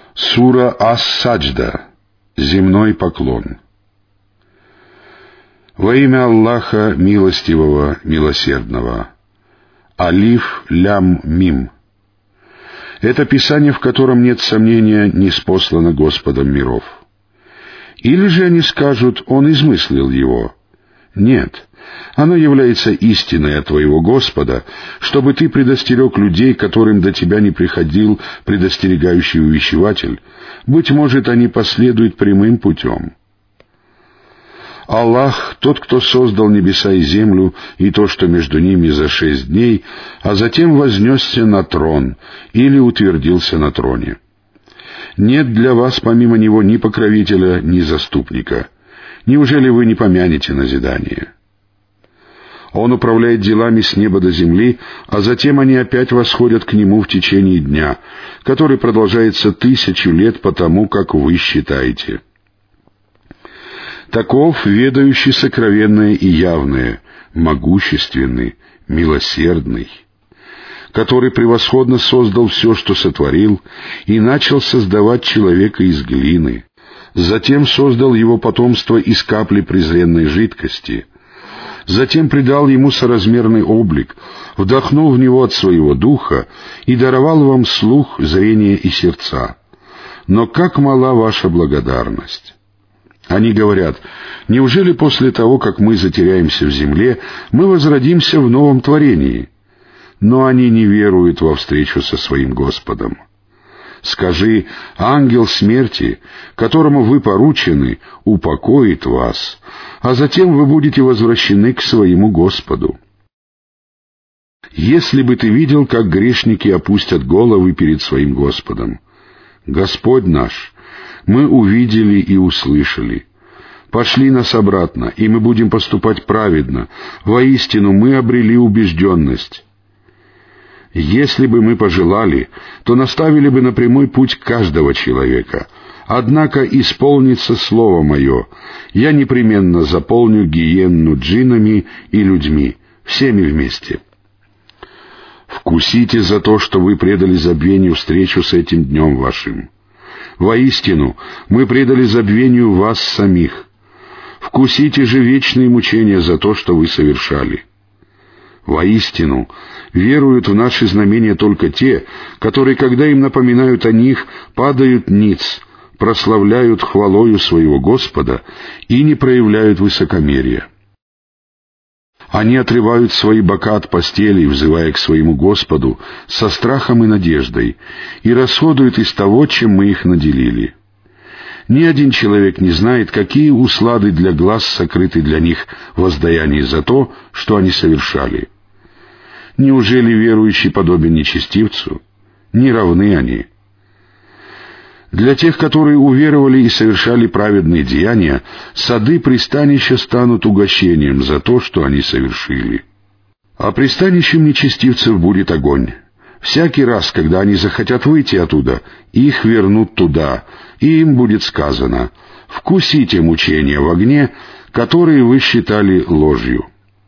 Сура Ас-Саджда. Земной поклон. Во имя Аллаха Милостивого, Милосердного. Алиф, Лям, Мим. Это писание, в котором нет сомнения, ниспослано Господом миров. Или же они скажут, Он измыслил его. Нет, оно является истиной от твоего Господа, чтобы ты предостерег людей, которым до тебя не приходил предостерегающий увещеватель. Быть может, они последуют прямым путем. Аллах, тот, кто создал небеса и землю, и то, что между ними за 6 дней, а затем вознесся на трон, или утвердился на троне. Нет для вас помимо Него ни покровителя, ни заступника. Неужели вы не помянете назидание? Он управляет делами с неба до земли, а затем они опять восходят к Нему в течение дня, который продолжается 1000 лет по тому, как вы считаете. Таков ведающий сокровенное и явное, могущественный, милосердный, который превосходно создал все, что сотворил, и начал создавать человека из глины. Затем создал его потомство из капли презренной жидкости. Затем придал ему соразмерный облик, вдохнул в него от своего духа и даровал вам слух, зрение и сердца. Но как мала ваша благодарность! Они говорят, неужели после того, как мы затеряемся в земле, мы возродимся в новом творении? Но они не веруют во встречу со своим Господом. Скажи, ангел смерти, которому вы поручены, упокоит вас, а затем вы будете возвращены к своему Господу. Если бы ты видел, как грешники опустят головы перед своим Господом. Господь наш, мы увидели и услышали. Пошли нас обратно, и мы будем поступать праведно. Воистину мы обрели убежденность. Если бы мы пожелали, то наставили бы на прямой путь каждого человека. Однако исполнится слово мое. Я непременно заполню гиенну джиннами и людьми, всеми вместе. Вкусите за то, что вы предали забвению встречу с этим днем вашим. Воистину, мы предали забвению вас самих. Вкусите же вечные мучения за то, что вы совершали. Воистину, веруют в наши знамения только те, которые, когда им напоминают о них, падают ниц, прославляют хвалою своего Господа и не проявляют высокомерия. Они отрывают свои бока от постелей, взывая к своему Господу, со страхом и надеждой, и расходуют из того, чем мы их наделили. Ни один человек не знает, какие услады для глаз сокрыты для них в воздаянии за то, что они совершали. Неужели верующий подобен нечестивцу? Не равны они. Для тех, которые уверовали и совершали праведные деяния, сады пристанища станут угощением за то, что они совершили. А пристанищем нечестивцев будет огонь. Всякий раз, когда они захотят выйти оттуда, их вернут туда, и им будет сказано: «Вкусите мучения в огне, которые вы считали ложью».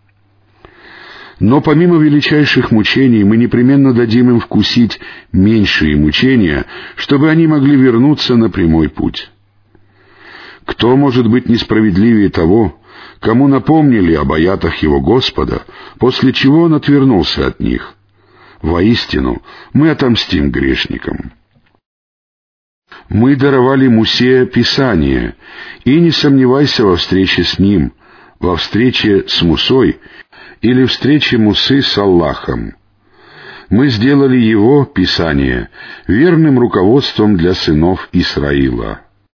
Но помимо величайших мучений мы непременно дадим им вкусить меньшие мучения, чтобы они могли вернуться на прямой путь. Кто может быть несправедливее того, кому напомнили об аятах его Господа, после чего он отвернулся от них? Воистину, мы отомстим грешникам. Мы даровали Мусе Писание, и не сомневайся во встрече с ним, во встрече с Мусой или встрече Мусы с Аллахом. Мы сделали его, Писание, верным руководством для сынов Исраила.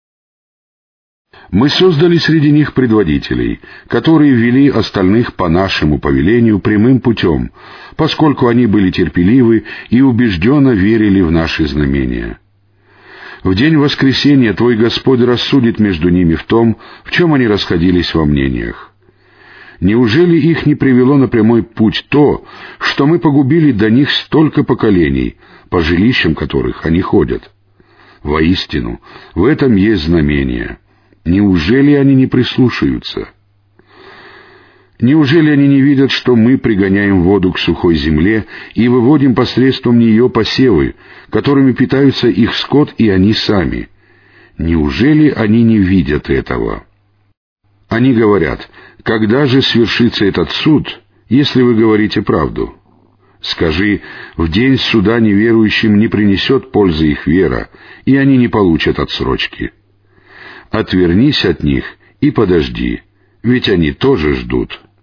Мы создали среди них предводителей, которые вели остальных по нашему повелению прямым путем, поскольку они были терпеливы и убежденно верили в наши знамения. В день воскресения твой Господь рассудит между ними в том, в чем они расходились во мнениях. Неужели их не привело на прямой путь то, что мы погубили до них столько поколений, по жилищам которых они ходят? Воистину, в этом есть знамение. Неужели они не прислушаются? Неужели они не видят, что мы пригоняем воду к сухой земле и выводим посредством нее посевы, которыми питаются их скот и они сами? Неужели они не видят этого? Они говорят: когда же свершится этот суд, если вы говорите правду? Скажи: в день суда неверующим не принесет пользы их вера, и они не получат отсрочки. Отвернись от них и подожди, ведь они тоже ждут.